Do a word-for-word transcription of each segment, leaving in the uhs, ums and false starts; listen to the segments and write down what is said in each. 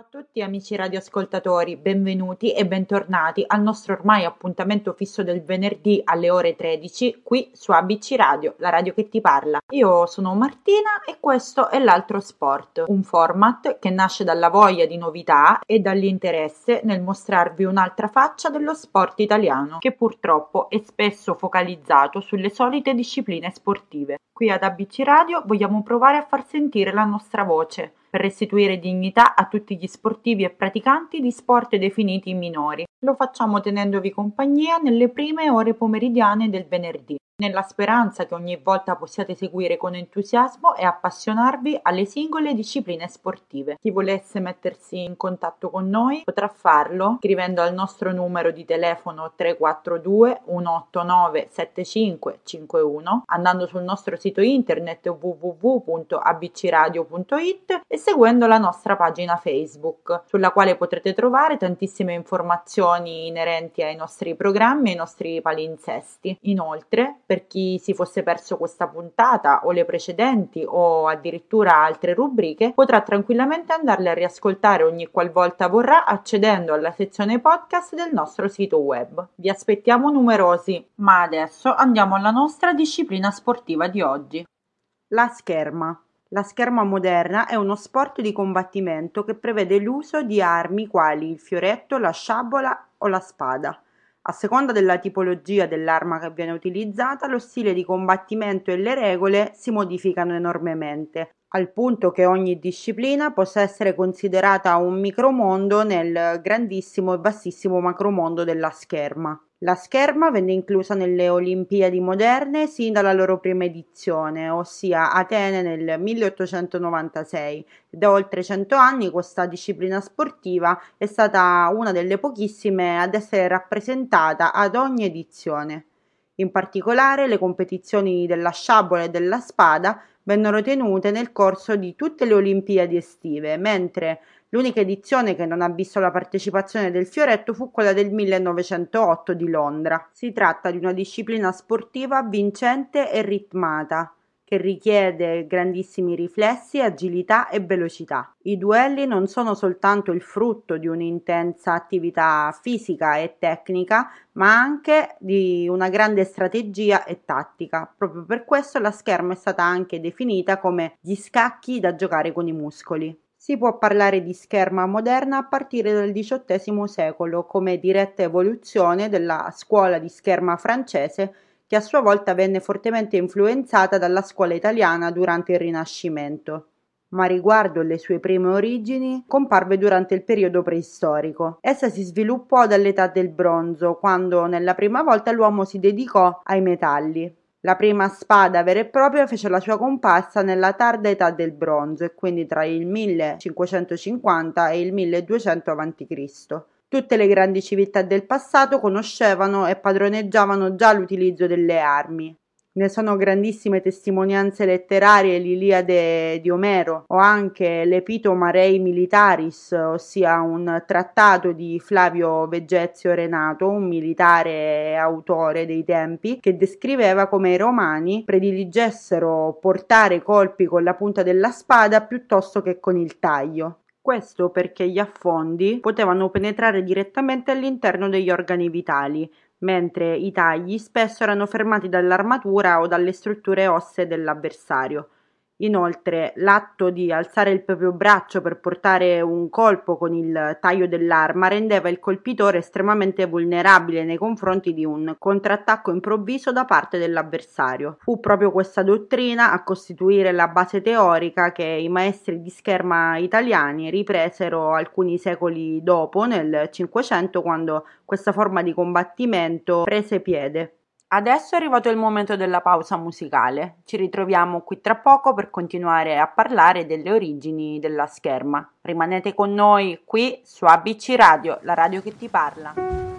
a tutti amici radioascoltatori, benvenuti e bentornati al nostro ormai appuntamento fisso del venerdì alle ore tredici qui su A B C Radio, la radio che ti parla. Io sono Martina e questo è l'Altro Sport, un format che nasce dalla voglia di novità e dall'interesse nel mostrarvi un'altra faccia dello sport italiano, che purtroppo è spesso focalizzato sulle solite discipline sportive. Qui ad A B C Radio vogliamo provare a far sentire la nostra voce, per restituire dignità a tutti gli sportivi e praticanti di sport definiti minori. Lo facciamo tenendovi compagnia nelle prime ore pomeridiane del venerdì, nella speranza che ogni volta possiate seguire con entusiasmo e appassionarvi alle singole discipline sportive. Chi volesse mettersi in contatto con noi potrà farlo scrivendo al nostro numero di telefono tre quattro due uno otto nove sette cinque cinque uno, andando sul nostro sito internet w w w punto a b c radio punto i t e seguendo la nostra pagina Facebook, sulla quale potrete trovare tantissime informazioni inerenti ai nostri programmi e ai nostri palinsesti. Inoltre, per chi si fosse perso questa puntata o le precedenti o addirittura altre rubriche, potrà tranquillamente andarle a riascoltare ogni qualvolta vorrà accedendo alla sezione podcast del nostro sito web. Vi aspettiamo numerosi, ma adesso andiamo alla nostra disciplina sportiva di oggi. La scherma. La scherma moderna è uno sport di combattimento che prevede l'uso di armi quali il fioretto, la sciabola o la spada. A seconda della tipologia dell'arma che viene utilizzata, lo stile di combattimento e le regole si modificano enormemente, al punto che ogni disciplina possa essere considerata un micromondo nel grandissimo e vastissimo macromondo della scherma. La scherma venne inclusa nelle Olimpiadi moderne sin dalla loro prima edizione, ossia Atene nel milleottocentonovantasei. Da oltre cento anni questa disciplina sportiva è stata una delle pochissime ad essere rappresentata ad ogni edizione. In particolare le competizioni della sciabola e della spada vennero tenute nel corso di tutte le Olimpiadi estive, mentre l'unica edizione che non ha visto la partecipazione del fioretto fu quella del millenovecentootto di Londra. Si tratta di una disciplina sportiva vincente e ritmata, che richiede grandissimi riflessi, agilità e velocità. I duelli non sono soltanto il frutto di un'intensa attività fisica e tecnica, ma anche di una grande strategia e tattica. Proprio per questo la scherma è stata anche definita come gli scacchi da giocare con i muscoli. Si può parlare di scherma moderna a partire dal diciottesimo secolo, come diretta evoluzione della scuola di scherma francese, che a sua volta venne fortemente influenzata dalla scuola italiana durante il Rinascimento. Ma riguardo le sue prime origini, comparve durante il periodo preistorico. Essa si sviluppò dall'età del bronzo, quando nella prima volta l'uomo si dedicò ai metalli. La prima spada vera e propria fece la sua comparsa nella tarda età del bronzo, e quindi tra il millecinquecentocinquanta e il milleduecento avanti Cristo Tutte le grandi civiltà del passato conoscevano e padroneggiavano già l'utilizzo delle armi. Ne sono grandissime testimonianze letterarie l'Iliade di Omero o anche l'Epitoma Rei Militaris, ossia un trattato di Flavio Vegezio Renato, un militare autore dei tempi, che descriveva come i romani prediligessero portare colpi con la punta della spada piuttosto che con il taglio. Questo perché gli affondi potevano penetrare direttamente all'interno degli organi vitali, mentre i tagli spesso erano fermati dall'armatura o dalle strutture ossee dell'avversario. Inoltre, l'atto di alzare il proprio braccio per portare un colpo con il taglio dell'arma rendeva il colpitore estremamente vulnerabile nei confronti di un contrattacco improvviso da parte dell'avversario. Fu proprio questa dottrina a costituire la base teorica che i maestri di scherma italiani ripresero alcuni secoli dopo, nel Cinquecento, quando questa forma di combattimento prese piede. Adesso è arrivato il momento della pausa musicale. Ci ritroviamo qui tra poco per continuare a parlare delle origini della scherma. Rimanete con noi qui su A B C Radio, la radio che ti parla.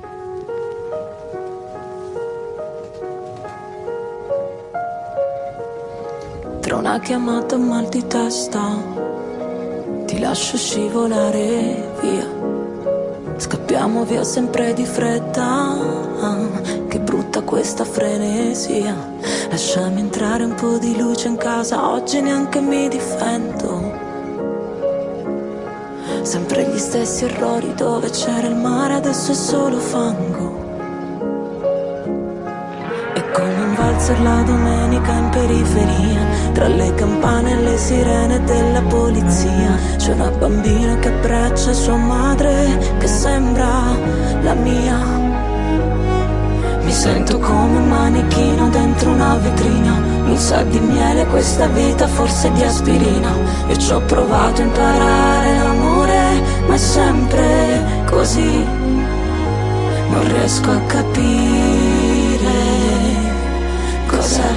Tra una chiamata e mal di testa ti lascio scivolare via. Scappiamo via sempre di fretta, che brutta questa frenesia. Lasciami entrare un po' di luce in casa, oggi neanche mi difendo. sempre gli stessi errori, dove c'era il mare adesso è solo fango. È come un valzer la domenica in periferia, tra le campane e le sirene della polizia. C'è una bambina che abbraccia sua madre, che sembra la mia. Mi sento come un manichino dentro una vetrina, mi sa di miele questa vita, forse di aspirina. Io ci ho provato a imparare l'amore, ma è sempre così. Non riesco a capire cos'è.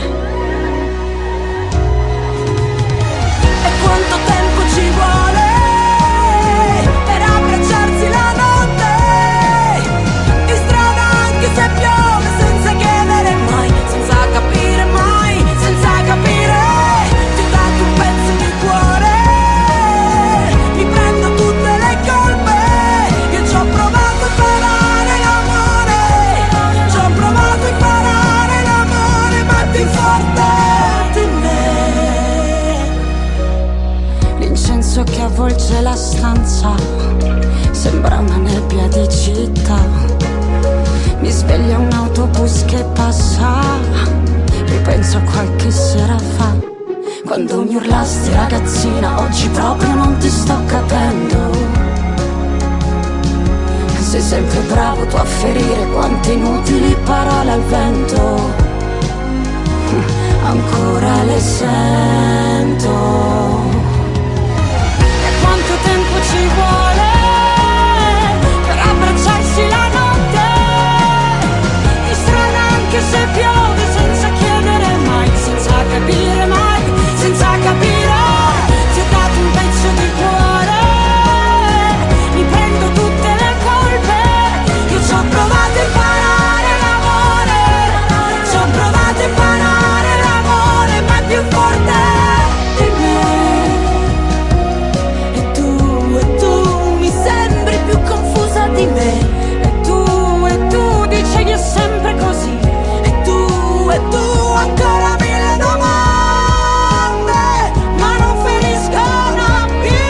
E quanto tempo ci vuole per abbracciarsi la notte, in strada anche se piove, senza chiedere mai, senza capire mai, senza capire. Ti ho dato un pezzo di cuore, mi prendo tutte le colpe. Io ci ho provato a imparare l'amore, ci ho provato a imparare l'amore, ma è più forte di me. L'incenso che avvolge la stanza sembra una nebbia di città. Mi sveglia un autobus che passa, ripenso a qualche sera fa, quando mi urlasti ragazzina, oggi proprio non ti sto capendo. Sei sempre bravo tu a ferire quante inutili parole al vento, ancora le sento. E quanto tempo ci vuole per abbracciarsi la notte, in strada anche se piove, senza chiedere mai, senza capire mai, senza capire. Ti ho dato un pezzo di cuore, mi prendo tutte le colpe. Io ci ho provato a imparare l'amore, ci ho provato a imparare l'amore, ma è più forte di me. E tu, e tu mi sembri più confusa di me. E tu, e tu dici che è sempre così. E tu, e tu ancora mille domande, ma non finiscono più.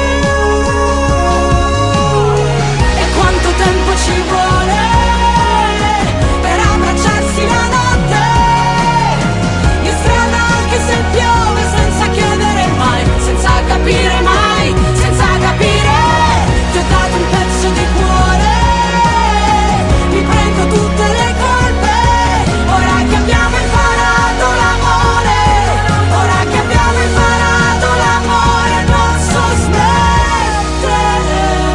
E quanto tempo ci vuole per abbracciarsi la notte, in strada anche se piove, senza chiedere mai, senza capire mai, senza capire. Ti ho dato un pezzo di cuore, mi prendo tutte le colpe. Ora che abbiamo imparato l'amore, ora che abbiamo imparato l'amore, non so smettere.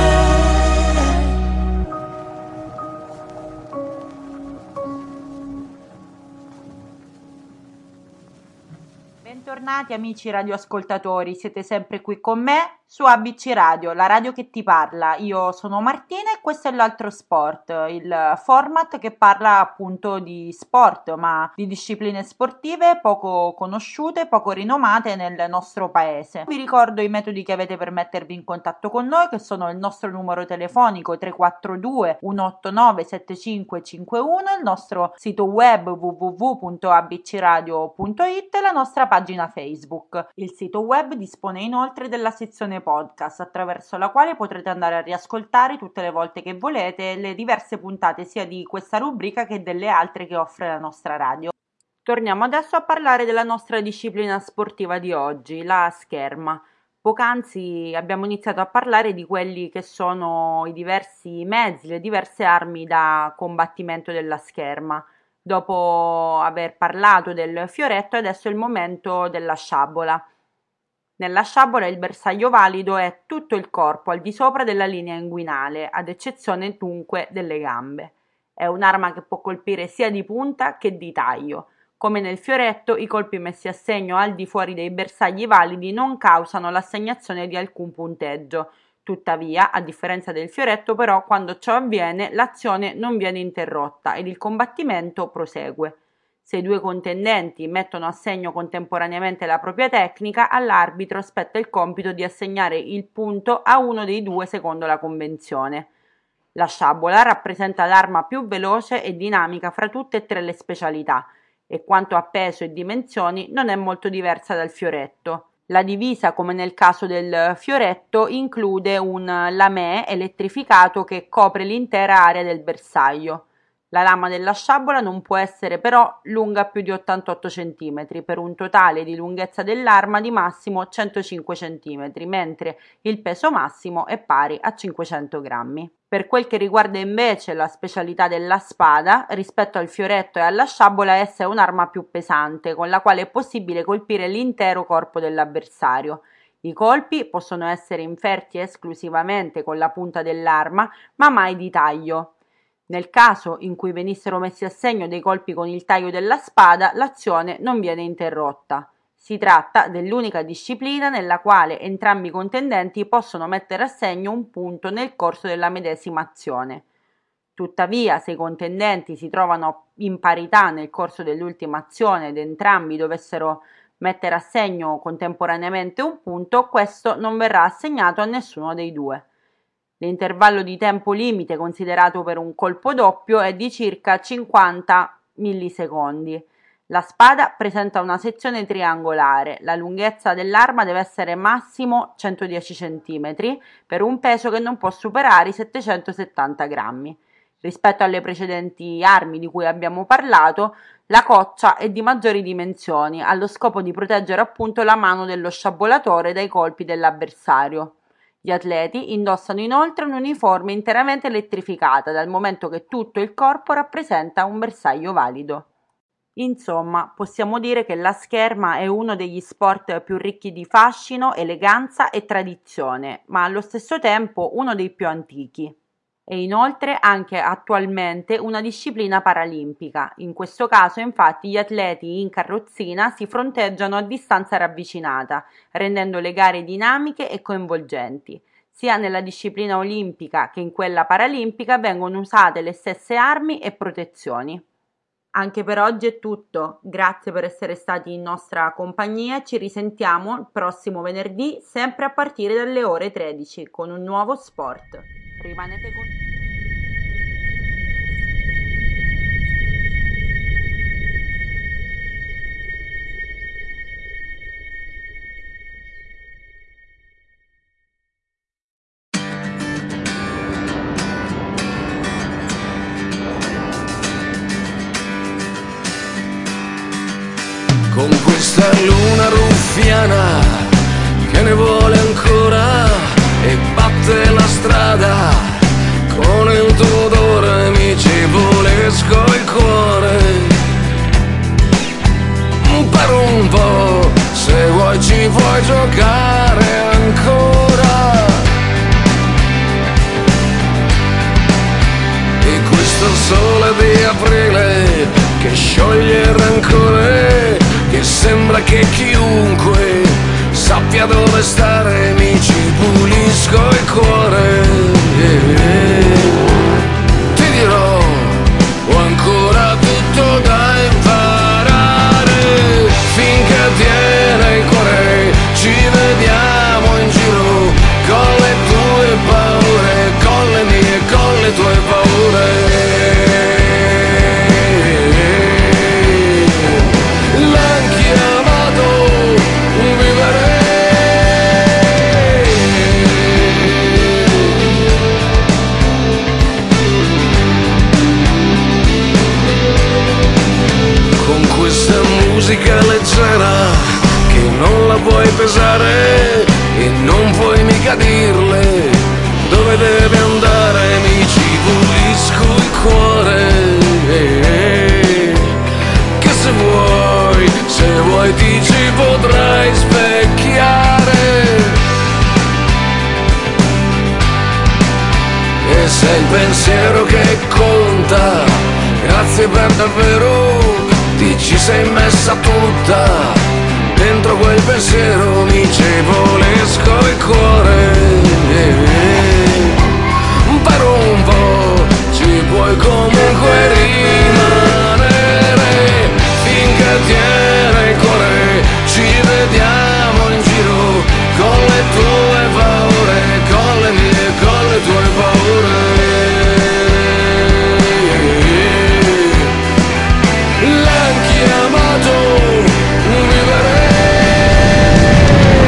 Bentornati amici radioascoltatori, siete sempre qui con me su A B C Radio, la radio che ti parla. Io sono Martina e questo è l'altro sport, il format che parla appunto di sport, ma di discipline sportive poco conosciute, poco rinomate nel nostro paese. Vi ricordo i metodi che avete per mettervi in contatto con noi, che sono il nostro numero telefonico tre quattro due uno otto nove sette cinque cinque uno, il nostro sito web w w w punto a b c radio punto i t e la nostra pagina Facebook. Il sito web dispone inoltre della sezione podcast, attraverso la quale potrete andare a riascoltare tutte le volte che volete le diverse puntate sia di questa rubrica che delle altre che offre la nostra radio. Torniamo adesso a parlare della nostra disciplina sportiva di oggi, la scherma. Poc'anzi abbiamo iniziato a parlare di quelli che sono i diversi mezzi, le diverse armi da combattimento della scherma. Dopo aver parlato del fioretto, adesso è il momento della sciabola. Nella sciabola il bersaglio valido è tutto il corpo al di sopra della linea inguinale, ad eccezione dunque delle gambe. È un'arma che può colpire sia di punta che di taglio. Come nel fioretto, i colpi messi a segno al di fuori dei bersagli validi non causano l'assegnazione di alcun punteggio. Tuttavia, a differenza del fioretto, però, quando ciò avviene, l'azione non viene interrotta ed il combattimento prosegue. Se i due contendenti mettono a segno contemporaneamente la propria tecnica, all'arbitro spetta il compito di assegnare il punto a uno dei due secondo la convenzione. La sciabola rappresenta l'arma più veloce e dinamica fra tutte e tre le specialità e quanto a peso e dimensioni non è molto diversa dal fioretto. La divisa, come nel caso del fioretto, include un lamè elettrificato che copre l'intera area del bersaglio. La lama della sciabola non può essere però lunga più di ottantotto centimetri, per un totale di lunghezza dell'arma di massimo centocinque centimetri, mentre il peso massimo è pari a cinquecento grammi. Per quel che riguarda invece la specialità della spada, rispetto al fioretto e alla sciabola, essa è un'arma più pesante, con la quale è possibile colpire l'intero corpo dell'avversario. I colpi possono essere inferti esclusivamente con la punta dell'arma, ma mai di taglio. Nel caso in cui venissero messi a segno dei colpi con il taglio della spada, l'azione non viene interrotta. Si tratta dell'unica disciplina nella quale entrambi i contendenti possono mettere a segno un punto nel corso della medesima azione. Tuttavia, se i contendenti si trovano in parità nel corso dell'ultima azione ed entrambi dovessero mettere a segno contemporaneamente un punto, questo non verrà assegnato a nessuno dei due. L'intervallo di tempo limite considerato per un colpo doppio è di circa cinquanta millisecondi. La spada presenta una sezione triangolare, la lunghezza dell'arma deve essere massimo centodieci centimetri per un peso che non può superare i settecentosettanta grammi. Rispetto alle precedenti armi di cui abbiamo parlato, la coccia è di maggiori dimensioni, allo scopo di proteggere appunto la mano dello sciabolatore dai colpi dell'avversario. Gli atleti indossano inoltre un'uniforme interamente elettrificata, dal momento che tutto il corpo rappresenta un bersaglio valido. Insomma, possiamo dire che la scherma è uno degli sport più ricchi di fascino, eleganza e tradizione, ma allo stesso tempo uno dei più antichi. È inoltre anche attualmente una disciplina paralimpica. In questo caso, infatti, gli atleti in carrozzina si fronteggiano a distanza ravvicinata, rendendo le gare dinamiche e coinvolgenti. Sia nella disciplina olimpica che in quella paralimpica vengono usate le stesse armi e protezioni. Anche per oggi è tutto, grazie per essere stati in nostra compagnia, ci risentiamo il prossimo venerdì sempre a partire dalle ore tredici con un nuovo sport. Rimanete con Con questa luna ruffiana che ne vuole ancora e batte la strada con il tuo odore, mi ci volesco il cuore. Per un po', se vuoi ci puoi giocare ancora. E questo sole di aprile che scioglie il rancore, che sembra che chiunque sappia dove stare, mi ci pulisco il cuore. Ti dirò, ho ancora tutto da imparare, finché tiene il cuore, ci vediamo in giro, con le tue paure, con le mie, con le tue paure. Musica leggera che non la puoi pesare e non puoi mica dirle dove deve andare, mi ci pulisco il cuore. Che se vuoi, se vuoi ti ci potrai specchiare. E se il pensiero che conta, grazie per davvero, ti ci sei messa tutta, dentro quel pensiero mi ci volesco il cuore. Per un po' ci puoi comunque rimanere, finché tiene il cuore, ci vediamo in giro, con le tue paure, con le mie, con le tue paure. Chiamato vivere.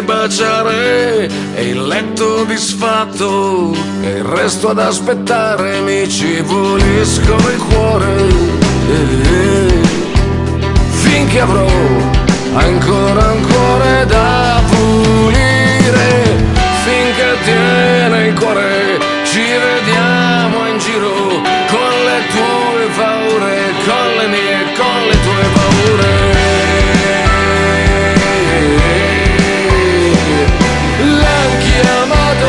vorrei baciare e il letto disfatto e il resto ad aspettare, mi ci puliscono il cuore, eh, finché avrò ancora ancora da pulire, finché tiene il cuore, ci vediamo in giro con le tue paure, con le mie, con le tue paure. L'han chiamato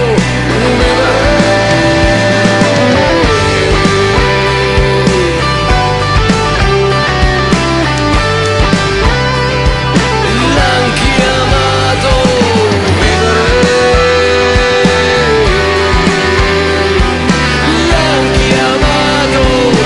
L'han chiamato L'han chiamato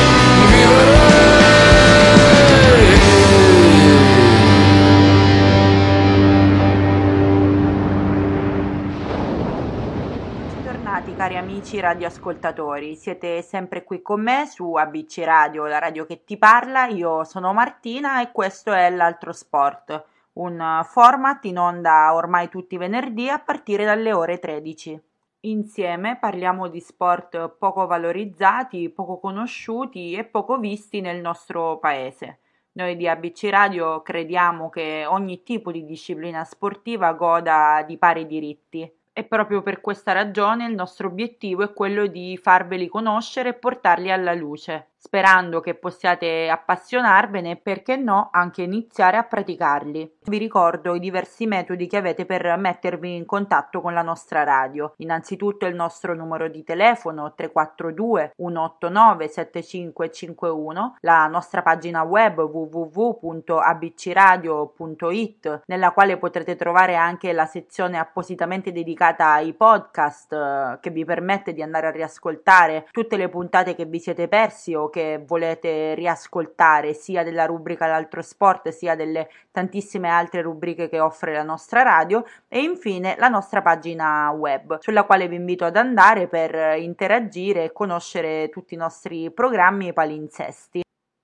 Bentornati cari amici radioascoltatori, siete sempre qui con me su A B C Radio, la radio che ti parla. Io sono Martina e questo è L'Altro Sport, un format in onda ormai tutti i venerdì a partire dalle ore tredici. Insieme parliamo di sport poco valorizzati, poco conosciuti e poco visti nel nostro paese. Noi di A B C Radio crediamo che ogni tipo di disciplina sportiva goda di pari diritti. E proprio per questa ragione il nostro obiettivo è quello di farveli conoscere e portarli alla luce, sperando che possiate appassionarvene e, perché no, anche iniziare a praticarli. Vi ricordo i diversi metodi che avete per mettervi in contatto con la nostra radio. Innanzitutto il nostro numero di telefono tre quattro due uno otto nove sette cinque cinque uno, la nostra pagina web w w w punto a b c radio punto i t, nella quale potrete trovare anche la sezione appositamente dedicata ai podcast, eh, che vi permette di andare a riascoltare tutte le puntate che vi siete persi o che volete riascoltare, sia della rubrica L'Altro Sport sia delle tantissime altre rubriche che offre la nostra radio, e infine la nostra pagina web, sulla quale vi invito ad andare per interagire e conoscere tutti i nostri programmi e palinsesti.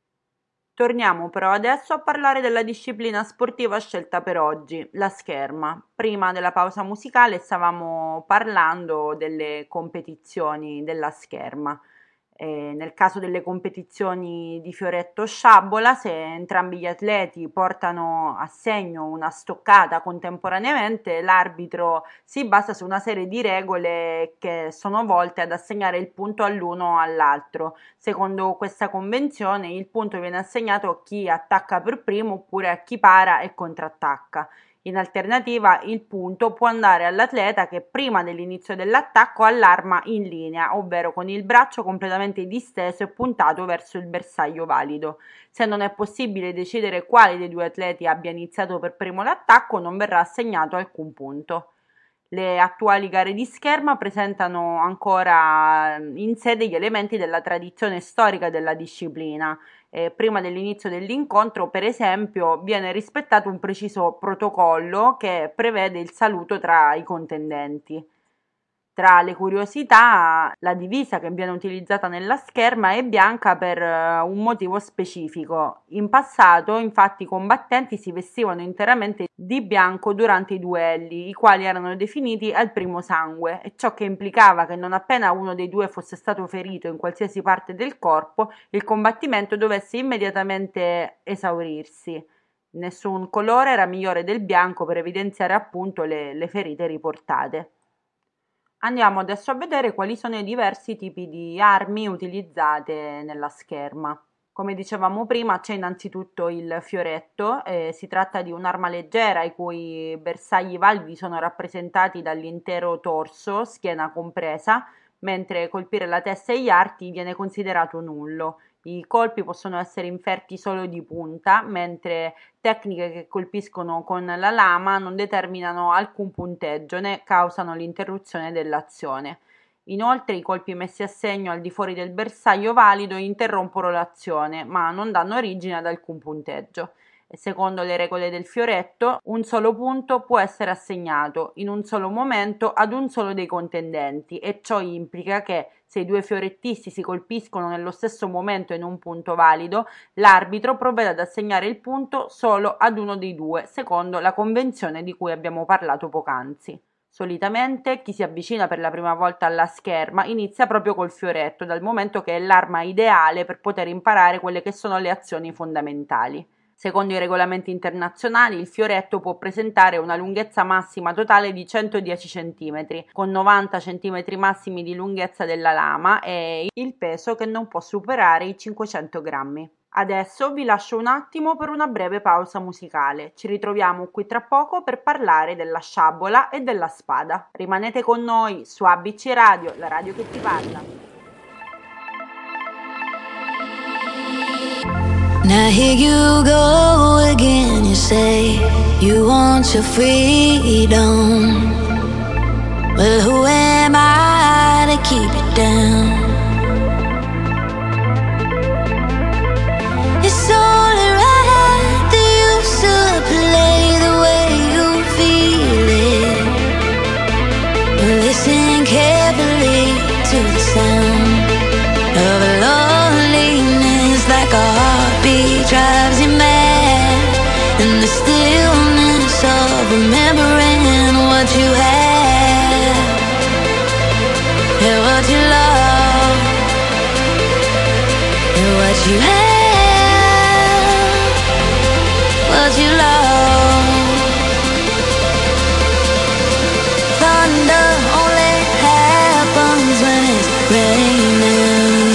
Torniamo però adesso a parlare della disciplina sportiva scelta per oggi, la scherma. Prima della pausa musicale stavamo parlando delle competizioni della scherma. E nel caso delle competizioni di fioretto sciabola, se entrambi gli atleti portano a segno una stoccata contemporaneamente, l'arbitro si basa su una serie di regole che sono volte ad assegnare il punto all'uno o all'altro. Secondo questa convenzione il punto viene assegnato a chi attacca per primo oppure a chi para e contrattacca. In alternativa, il punto può andare all'atleta che prima dell'inizio dell'attacco ha l'arma in linea, ovvero con il braccio completamente disteso e puntato verso il bersaglio valido. Se non è possibile decidere quale dei due atleti abbia iniziato per primo l'attacco, non verrà assegnato alcun punto. Le attuali gare di scherma presentano ancora in sé degli elementi della tradizione storica della disciplina. Eh, prima dell'inizio dell'incontro, per esempio, viene rispettato un preciso protocollo che prevede il saluto tra i contendenti. Tra le curiosità, la divisa che viene utilizzata nella scherma è bianca per uh, un motivo specifico. In passato, infatti, i combattenti si vestivano interamente di bianco durante i duelli, i quali erano definiti al primo sangue, e ciò che implicava che non appena uno dei due fosse stato ferito in qualsiasi parte del corpo, il combattimento dovesse immediatamente esaurirsi. Nessun colore era migliore del bianco per evidenziare appunto le, le ferite riportate. Andiamo adesso a vedere quali sono i diversi tipi di armi utilizzate nella scherma. Come dicevamo prima, c'è innanzitutto il fioretto, eh, si tratta di un'arma leggera i cui bersagli validi sono rappresentati dall'intero torso, schiena compresa, mentre colpire la testa e gli arti viene considerato nullo. I colpi possono essere inferti solo di punta, mentre tecniche che colpiscono con la lama non determinano alcun punteggio né causano l'interruzione dell'azione. Inoltre i colpi messi a segno al di fuori del bersaglio valido interrompono l'azione, ma non danno origine ad alcun punteggio. Secondo le regole del fioretto, un solo punto può essere assegnato in un solo momento ad un solo dei contendenti e ciò implica che se i due fiorettisti si colpiscono nello stesso momento in un punto valido, l'arbitro provvede ad assegnare il punto solo ad uno dei due, secondo la convenzione di cui abbiamo parlato poc'anzi. Solitamente chi si avvicina per la prima volta alla scherma inizia proprio col fioretto, dal momento che è l'arma ideale per poter imparare quelle che sono le azioni fondamentali. Secondo i regolamenti internazionali, il fioretto può presentare una lunghezza massima totale di centodieci centimetri, con novanta centimetri massimi di lunghezza della lama e il peso che non può superare i cinquecento grammi. Adesso vi lascio un attimo per una breve pausa musicale. Ci ritroviamo qui tra poco per parlare della sciabola e della spada. Rimanete con noi su A B C Radio, la radio che ti parla. Now here you go again, you say you want your freedom. Well, who am I to keep it down? It's only right that you should play the way you feel it. Listen carefully to the sound of loneliness, like a heartbeat drives you mad, and the stillness of remembering what you had and what you love and what you had. What you love. Thunder only happens when it's raining.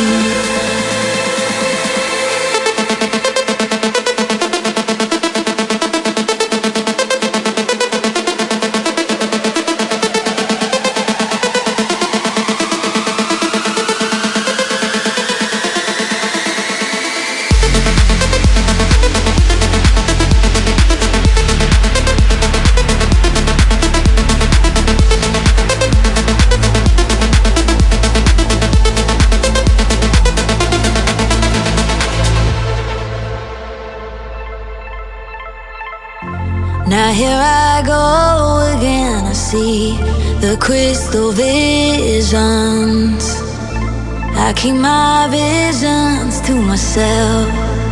Now here I go again, I see the crystal visions. I keep my visions to myself.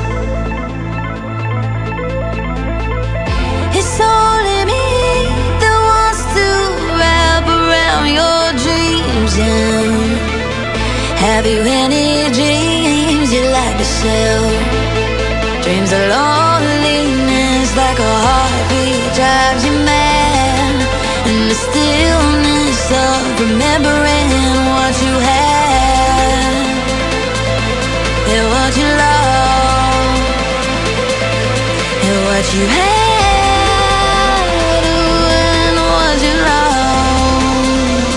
It's only me that wants to wrap around your dreams. And have you any dreams you'd like to sell? Dreams of loneliness, like a heartbeat drives you mad, and the stillness of remembering what you had and what you love and what you had and what you love.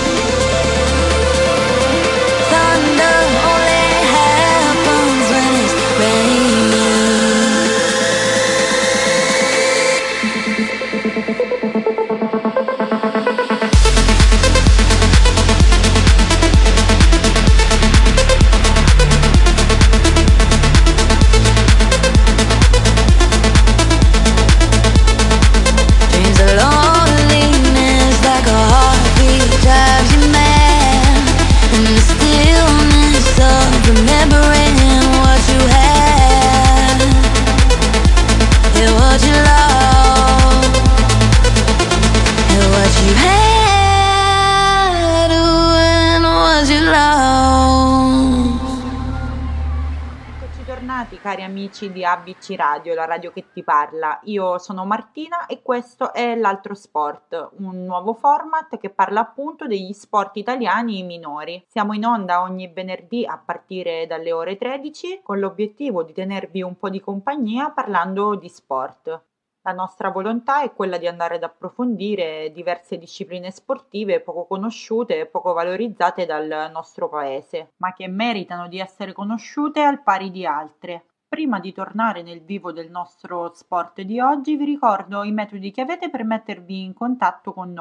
Thunder only happens when it's raining. Cari amici di A B C Radio, la radio che ti parla. Io sono Martina e questo è L'Altro Sport, un nuovo format che parla appunto degli sport italiani minori. Siamo in onda ogni venerdì a partire dalle ore tredici con l'obiettivo di tenervi un po' di compagnia parlando di sport. La nostra volontà è quella di andare ad approfondire diverse discipline sportive poco conosciute e poco valorizzate dal nostro paese, ma che meritano di essere conosciute al pari di altre. Prima di tornare nel vivo del nostro sport di oggi, vi ricordo i metodi che avete per mettervi in contatto con noi.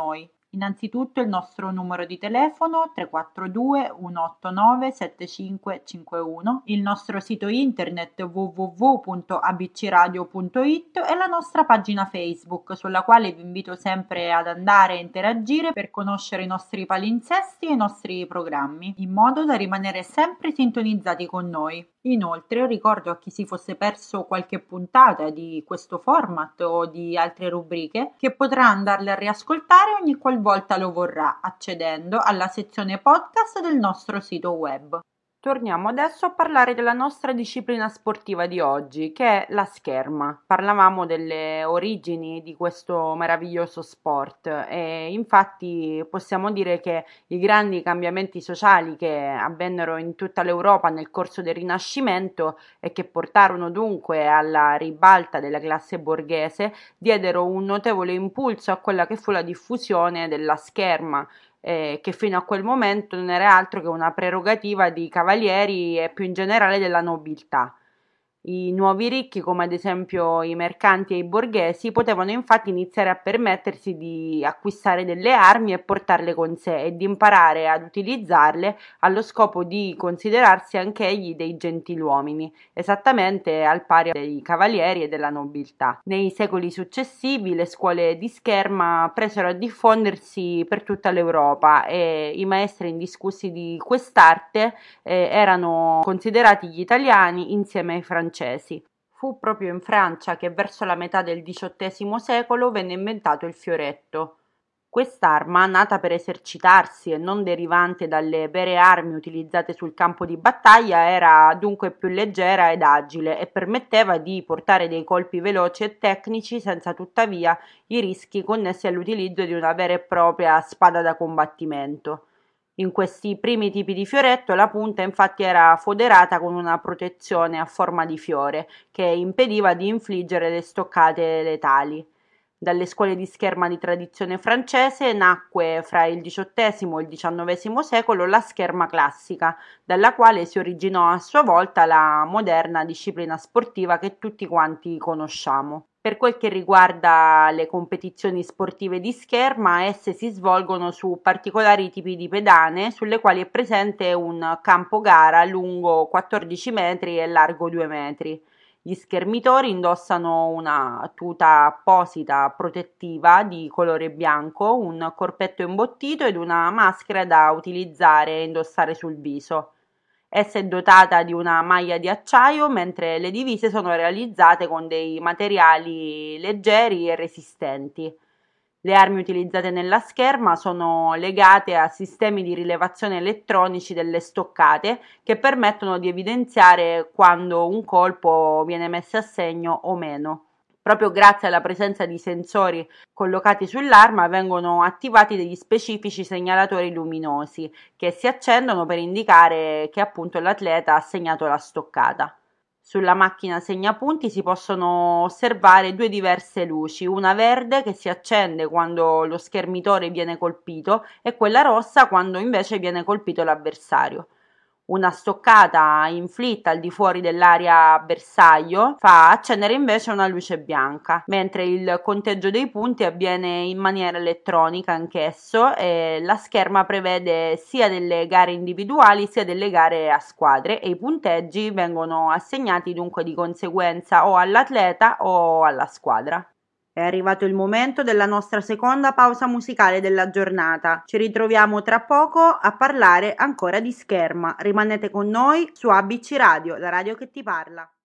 Innanzitutto il nostro numero di telefono tre quattro due uno otto nove sette cinque cinque uno, il nostro sito internet w w w punto a b c radio punto i t e la nostra pagina Facebook, sulla quale vi invito sempre ad andare e interagire per conoscere i nostri palinsesti e i nostri programmi, in modo da rimanere sempre sintonizzati con noi. Inoltre ricordo a chi si fosse perso qualche puntata di questo format o di altre rubriche che potrà andarle a riascoltare ogni qualvolta lo vorrà, accedendo alla sezione podcast del nostro sito web. Torniamo adesso a parlare della nostra disciplina sportiva di oggi, che è la scherma. Parlavamo delle origini di questo meraviglioso sport e infatti possiamo dire che i grandi cambiamenti sociali che avvennero in tutta l'Europa nel corso del Rinascimento e che portarono dunque alla ribalta della classe borghese diedero un notevole impulso a quella che fu la diffusione della scherma, Eh, che fino a quel momento non era altro che una prerogativa di cavalieri e più in generale della nobiltà. I nuovi ricchi, come ad esempio i mercanti e i borghesi, potevano infatti iniziare a permettersi di acquistare delle armi e portarle con sé e di imparare ad utilizzarle allo scopo di considerarsi anch'egli dei gentiluomini, esattamente al pari dei cavalieri e della nobiltà. Nei secoli successivi le scuole di scherma presero a diffondersi per tutta l'Europa e i maestri indiscussi di quest'arte eh, erano considerati gli italiani insieme ai francesi. Fu proprio in Francia che verso la metà del diciottesimo secolo venne inventato il fioretto. Quest'arma, nata per esercitarsi e non derivante dalle vere armi utilizzate sul campo di battaglia, era dunque più leggera ed agile e permetteva di portare dei colpi veloci e tecnici senza tuttavia i rischi connessi all'utilizzo di una vera e propria spada da combattimento. In questi primi tipi di fioretto la punta infatti era foderata con una protezione a forma di fiore che impediva di infliggere le stoccate letali. Dalle scuole di scherma di tradizione francese nacque fra il diciottesimo e il diciannovesimo secolo la scherma classica, dalla quale si originò a sua volta la moderna disciplina sportiva che tutti quanti conosciamo. Per quel che riguarda le competizioni sportive di scherma, esse si svolgono su particolari tipi di pedane, sulle quali è presente un campo gara lungo quattordici metri e largo due metri. Gli schermitori indossano una tuta apposita protettiva di colore bianco, un corpetto imbottito ed una maschera da utilizzare e indossare sul viso. Essa è dotata di una maglia di acciaio, mentre le divise sono realizzate con dei materiali leggeri e resistenti. Le armi utilizzate nella scherma sono legate a sistemi di rilevazione elettronici delle stoccate che permettono di evidenziare quando un colpo viene messo a segno o meno. Proprio grazie alla presenza di sensori collocati sull'arma vengono attivati degli specifici segnalatori luminosi che si accendono per indicare che appunto l'atleta ha segnato la stoccata. Sulla macchina segnapunti si possono osservare due diverse luci, una verde che si accende quando lo schermitore viene colpito e quella rossa quando invece viene colpito l'avversario. Una stoccata inflitta al di fuori dell'area bersaglio fa accendere invece una luce bianca, mentre il conteggio dei punti avviene in maniera elettronica anch'esso e la scherma prevede sia delle gare individuali sia delle gare a squadre e i punteggi vengono assegnati dunque di conseguenza o all'atleta o alla squadra. È arrivato il momento della nostra seconda pausa musicale della giornata. Ci ritroviamo tra poco a parlare ancora di scherma. Rimanete con noi su A B C Radio, la radio che ti parla.